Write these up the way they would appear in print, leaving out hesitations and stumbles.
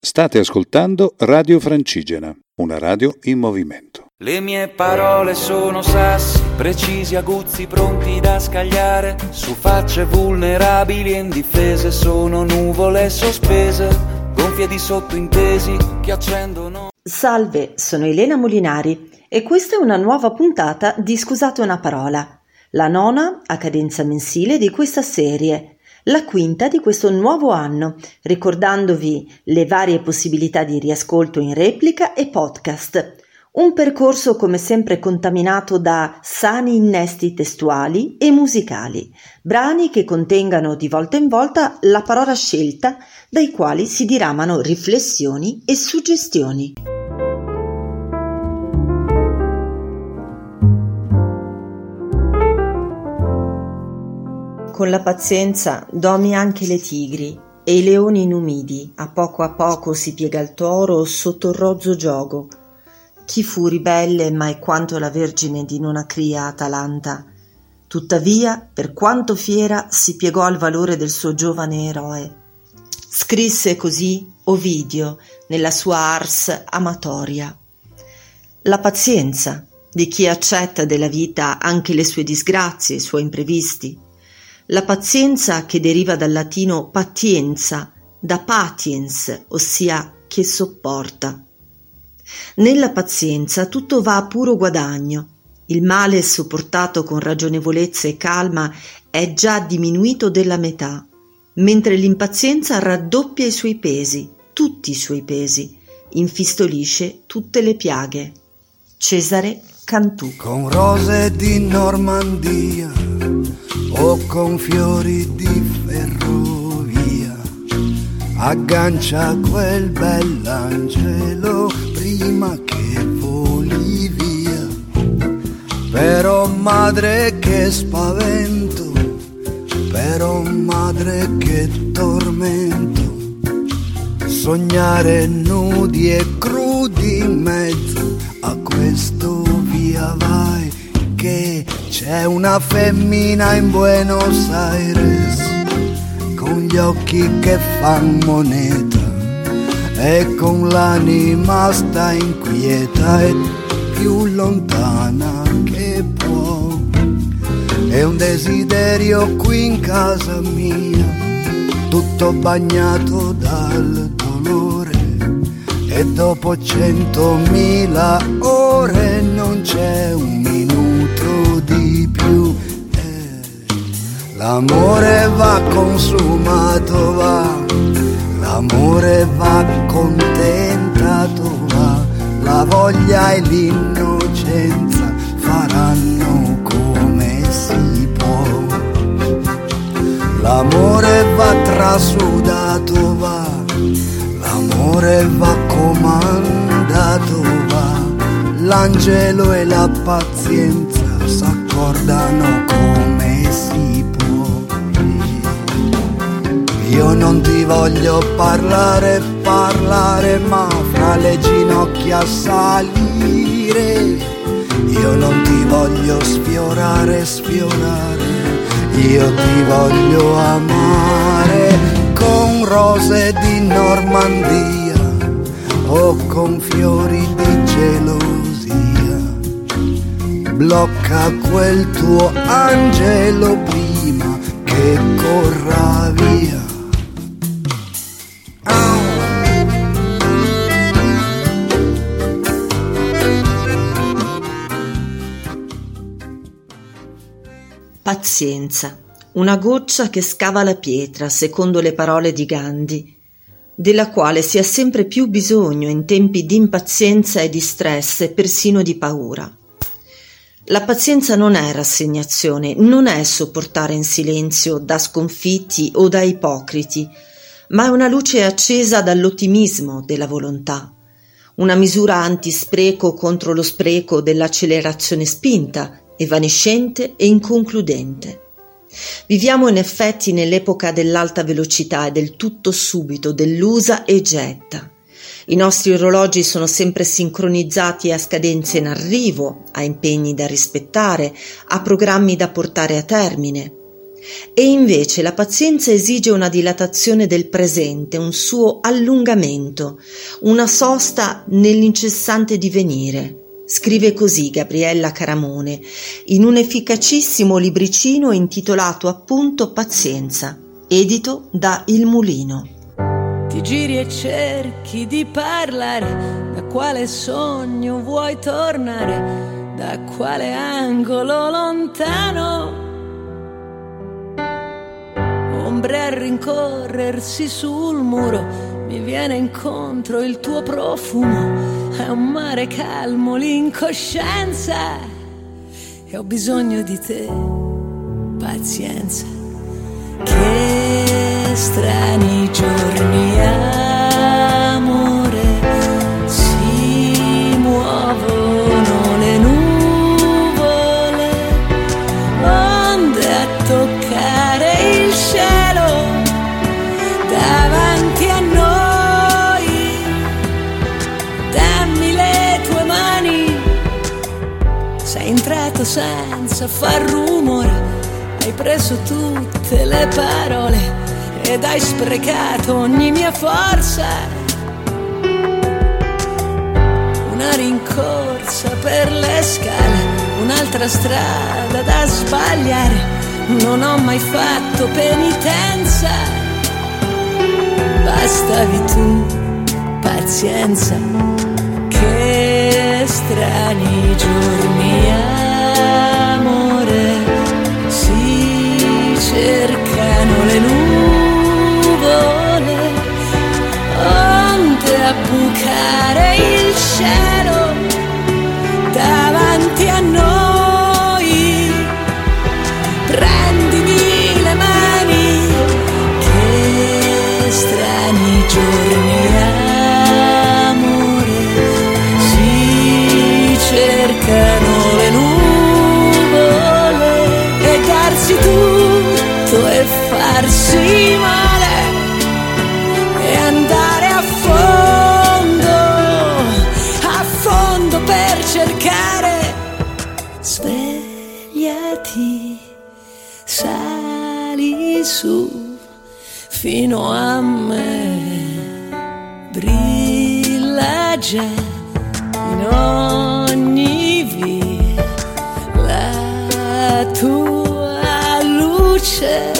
State ascoltando Radio Francigena, una radio in movimento. Le mie parole sono sassi, precisi, aguzzi, pronti da scagliare su facce vulnerabili e indifese. Sono nuvole sospese, gonfie di sottointesi che accendono. Salve, sono Elena Molinari e questa è una nuova puntata di Scusate una parola, la nona a cadenza mensile di questa serie, la quinta di questo nuovo anno, ricordandovi le varie possibilità di riascolto in replica e podcast. Un percorso come sempre contaminato da sani innesti testuali e musicali, brani che contengano di volta in volta la parola scelta, dai quali si diramano riflessioni e suggestioni. Con la pazienza domi anche le tigri e i leoni inumidi, a poco si piega il toro sotto il rozzo giogo. Chi fu ribelle mai quanto la vergine di nona cria Atalanta, tuttavia per quanto fiera si piegò al valore del suo giovane eroe. Scrisse così Ovidio nella sua Ars Amatoria. La pazienza di chi accetta della vita anche le sue disgrazie, i suoi imprevisti. La pazienza che deriva dal latino patienza, da patiens, ossia che sopporta. Nella pazienza tutto va a puro guadagno. Il male sopportato con ragionevolezza e calma è già diminuito della metà, mentre l'impazienza raddoppia i suoi pesi, tutti i suoi pesi, infistolisce tutte le piaghe. Cesare Cantù. Con rose di Normandia o con fiori di ferrovia, aggancia quel bell'angelo prima che voli via. Però madre che spavento, però madre che tormento, sognare nudi e crudi in mezzo a questo via vai, che c'è una femmina in Buenos Aires con gli occhi che fan moneta e con l'anima sta inquieta e più lontana che può. È un desiderio qui in casa mia, tutto bagnato dal dolore, e dopo 100.000 ore non c'è un minuto di più. L'amore va consumato, va, l'amore va contentato, va, la voglia e l'innocenza faranno come si può. L'amore va trasudato, va, l'amore va comandato, va, l'angelo e la pazienza s'accordano come si può. Io non ti voglio parlare, ma fra le ginocchia salire. Io non ti voglio sfiorare, io ti voglio amare. Con rose di Normandia o con fiori di gelosia, blocca quel tuo angelo prima che corra via. Pazienza, una goccia che scava la pietra, secondo le parole di Gandhi, della quale si ha sempre più bisogno in tempi di impazienza e di stress e persino di paura. La pazienza non è rassegnazione, non è sopportare in silenzio da sconfitti o da ipocriti, ma è una luce accesa dall'ottimismo della volontà, una misura antispreco contro lo spreco dell'accelerazione spinta, evanescente e inconcludente. Viviamo in effetti nell'epoca dell'alta velocità e del tutto subito, dell'usa e getta. I nostri orologi sono sempre sincronizzati a scadenze in arrivo, a impegni da rispettare, a programmi da portare a termine. E invece la pazienza esige una dilatazione del presente, un suo allungamento, una sosta nell'incessante divenire. Scrive così Gabriella Caramone in un efficacissimo libricino intitolato appunto Pazienza, edito da Il Mulino. Ti giri e cerchi di parlare, da quale sogno vuoi tornare, da quale angolo lontano. Ombre a rincorrersi sul muro, mi viene incontro il tuo profumo. È un mare calmo l'incoscienza e ho bisogno di te, pazienza. Che strani giorni, amore, si muovono le nuvole, onde a toccare il cielo davanti a noi. Dammi le tue mani, sei entrato senza far rumore, hai preso tutte le parole ed hai sprecato ogni mia forza. Una rincorsa per le scale, un'altra strada da sbagliare, non ho mai fatto penitenza. Bastavi tu, pazienza. Che strani giorni, amore, si cercano le nuvole, onde a bucare il cielo davanti a noi. Prendimi le mani, che strani giorni, amore, si cercano le nuvole e darsi tutto e farsi male e andare a fondo per cercare. Svegliati, sali su fino a me, brilla già in ogni via la tua luce.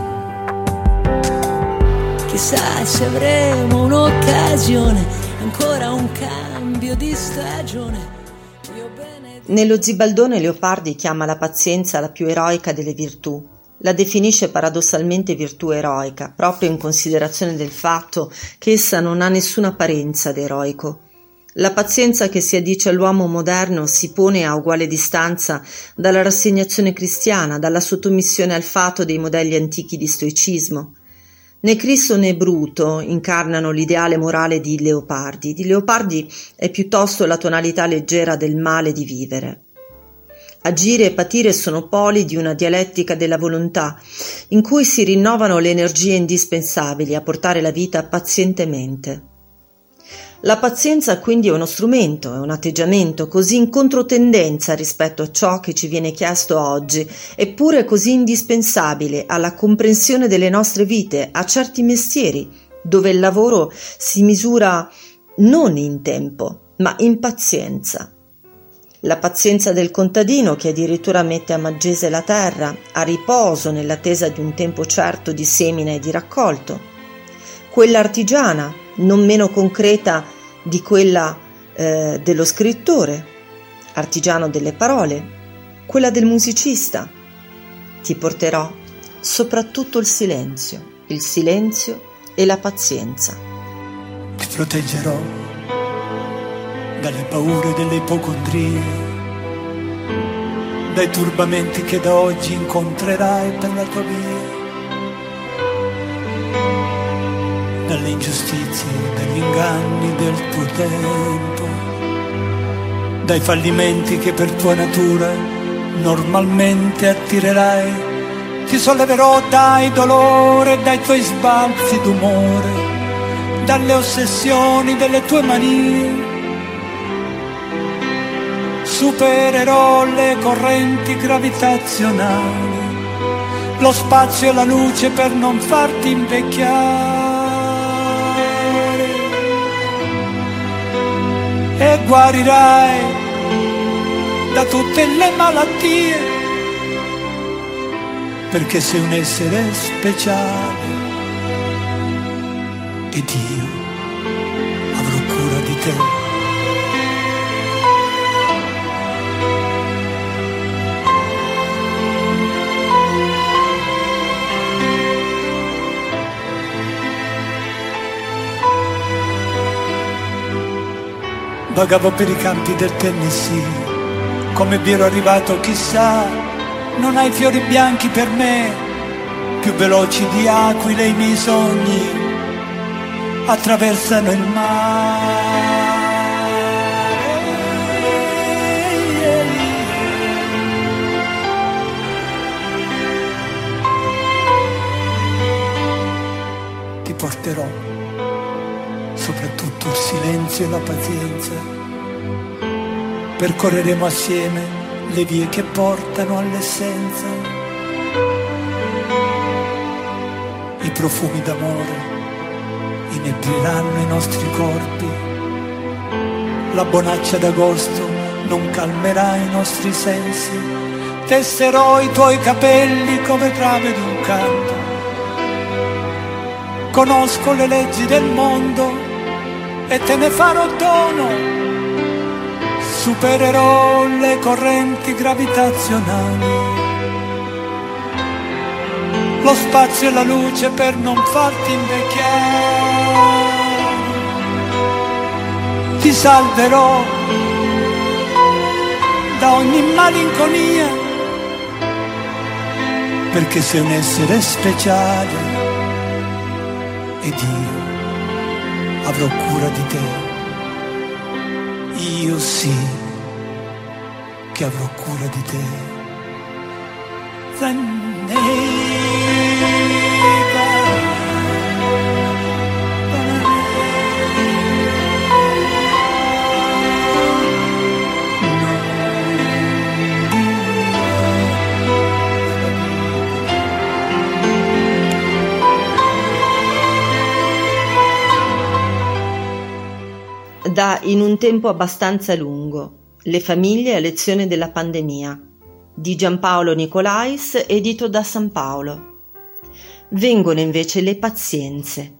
Chissà se avremo un'occasione, ancora un cambio di stagione. Nello Zibaldone Leopardi chiama la pazienza la più eroica delle virtù. La definisce paradossalmente virtù eroica, proprio in considerazione del fatto che essa non ha nessuna apparenza d'eroico. La pazienza che si addice all'uomo moderno si pone a uguale distanza dalla rassegnazione cristiana, dalla sottomissione al fato dei modelli antichi di stoicismo. Né Cristo né Bruto incarnano l'ideale morale di Leopardi. Di Leopardi è piuttosto la tonalità leggera del male di vivere. Agire e patire sono poli di una dialettica della volontà, in cui si rinnovano le energie indispensabili a portare la vita pazientemente. La pazienza quindi è uno strumento, è un atteggiamento così in controtendenza rispetto a ciò che ci viene chiesto oggi, eppure così indispensabile alla comprensione delle nostre vite, a certi mestieri, dove il lavoro si misura non in tempo, ma in pazienza. La pazienza del contadino che addirittura mette a maggese la terra, a riposo nell'attesa di un tempo certo di semina e di raccolto. Quella artigiana, non meno concreta di quella dello scrittore, artigiano delle parole, quella del musicista. Ti porterò soprattutto il silenzio e la pazienza. Ti proteggerò dalle paure delle ipocondrie, dai turbamenti che da oggi incontrerai per la tua via, dalle ingiustizie, dagli inganni del tuo tempo, dai fallimenti che per tua natura normalmente attirerai. Ti solleverò dai dolori e dai tuoi sbalzi d'umore, dalle ossessioni delle tue manie. Supererò le correnti gravitazionali lo spazio e la luce per non farti invecchiare, e guarirai da tutte le malattie, perché sei un essere speciale ed io avrò cura di te. Vagavo per i campi del Tennessee, come vi ero arrivato chissà, non hai fiori bianchi per me, più veloci di aquile i miei sogni attraversano il mare. Ti porterò soprattutto il silenzio e la pazienza, percorreremo assieme le vie che portano all'essenza, i profumi d'amore inebriranno i nostri corpi, la bonaccia d'agosto non calmerà i nostri sensi, tesserò i tuoi capelli come trame d'un canto, conosco le leggi del mondo e te ne farò dono, supererò le correnti gravitazionali, lo spazio e la luce per non farti invecchiare, ti salverò da ogni malinconia, perché sei un essere speciale ed io avrò cura di te. Io sì che avrò cura di te. Da In un tempo abbastanza lungo, le famiglie a lezione della pandemia, di Giampaolo Nicolais, edito da San Paolo. Vengono invece le pazienze,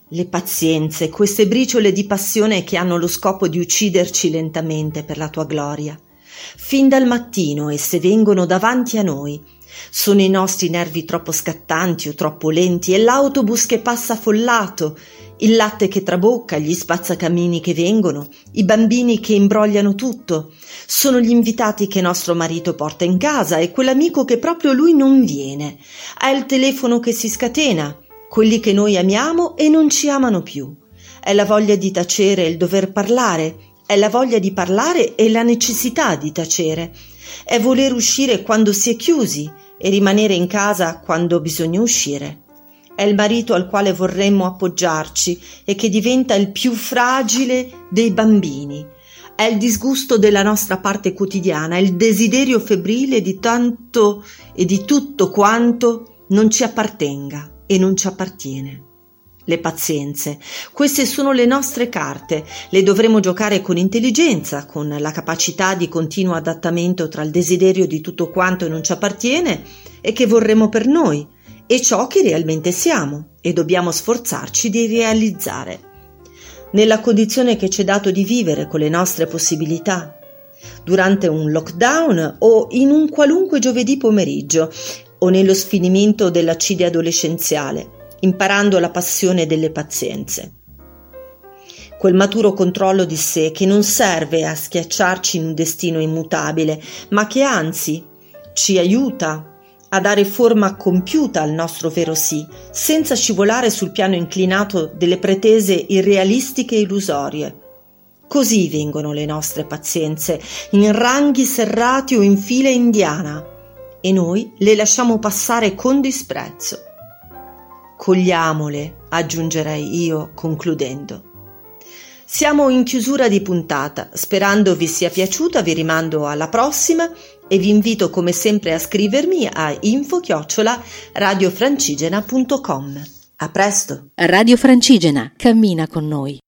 queste briciole di passione che hanno lo scopo di ucciderci lentamente per la tua gloria. Fin dal mattino esse vengono davanti a noi. Sono i nostri nervi troppo scattanti o troppo lenti, è l'autobus che passa affollato, il latte che trabocca, gli spazzacamini che vengono, i bambini che imbrogliano tutto. Sono gli invitati che nostro marito porta in casa e quell'amico che proprio lui non viene. È il telefono che si scatena, quelli che noi amiamo e non ci amano più. È la voglia di tacere e il dover parlare, è la voglia di parlare e la necessità di tacere. È voler uscire quando si è chiusi e rimanere in casa quando bisogna uscire. È il marito al quale vorremmo appoggiarci e che diventa il più fragile dei bambini. È il disgusto della nostra parte quotidiana, è il desiderio febbrile di tanto e di tutto quanto non ci appartenga e non ci appartiene. Le pazienze, queste sono le nostre carte, le dovremo giocare con intelligenza, con la capacità di continuo adattamento tra il desiderio di tutto quanto non ci appartiene e che vorremmo per noi, e ciò che realmente siamo e dobbiamo sforzarci di realizzare, nella condizione che ci è dato di vivere con le nostre possibilità, durante un lockdown o in un qualunque giovedì pomeriggio o nello sfinimento della cide adolescenziale, imparando la passione delle pazienze. Quel maturo controllo di sé che non serve a schiacciarci in un destino immutabile, ma che anzi ci aiuta a dare forma compiuta al nostro vero sì, senza scivolare sul piano inclinato delle pretese irrealistiche e illusorie. Così vengono le nostre pazienze, in ranghi serrati o in fila indiana, e noi le lasciamo passare con disprezzo. Cogliamole, aggiungerei io concludendo. Siamo in chiusura di puntata, sperando vi sia piaciuta, vi rimando alla prossima e vi invito come sempre a scrivermi a info@radiofrancigena.com. A presto! Radio Francigena, cammina con noi.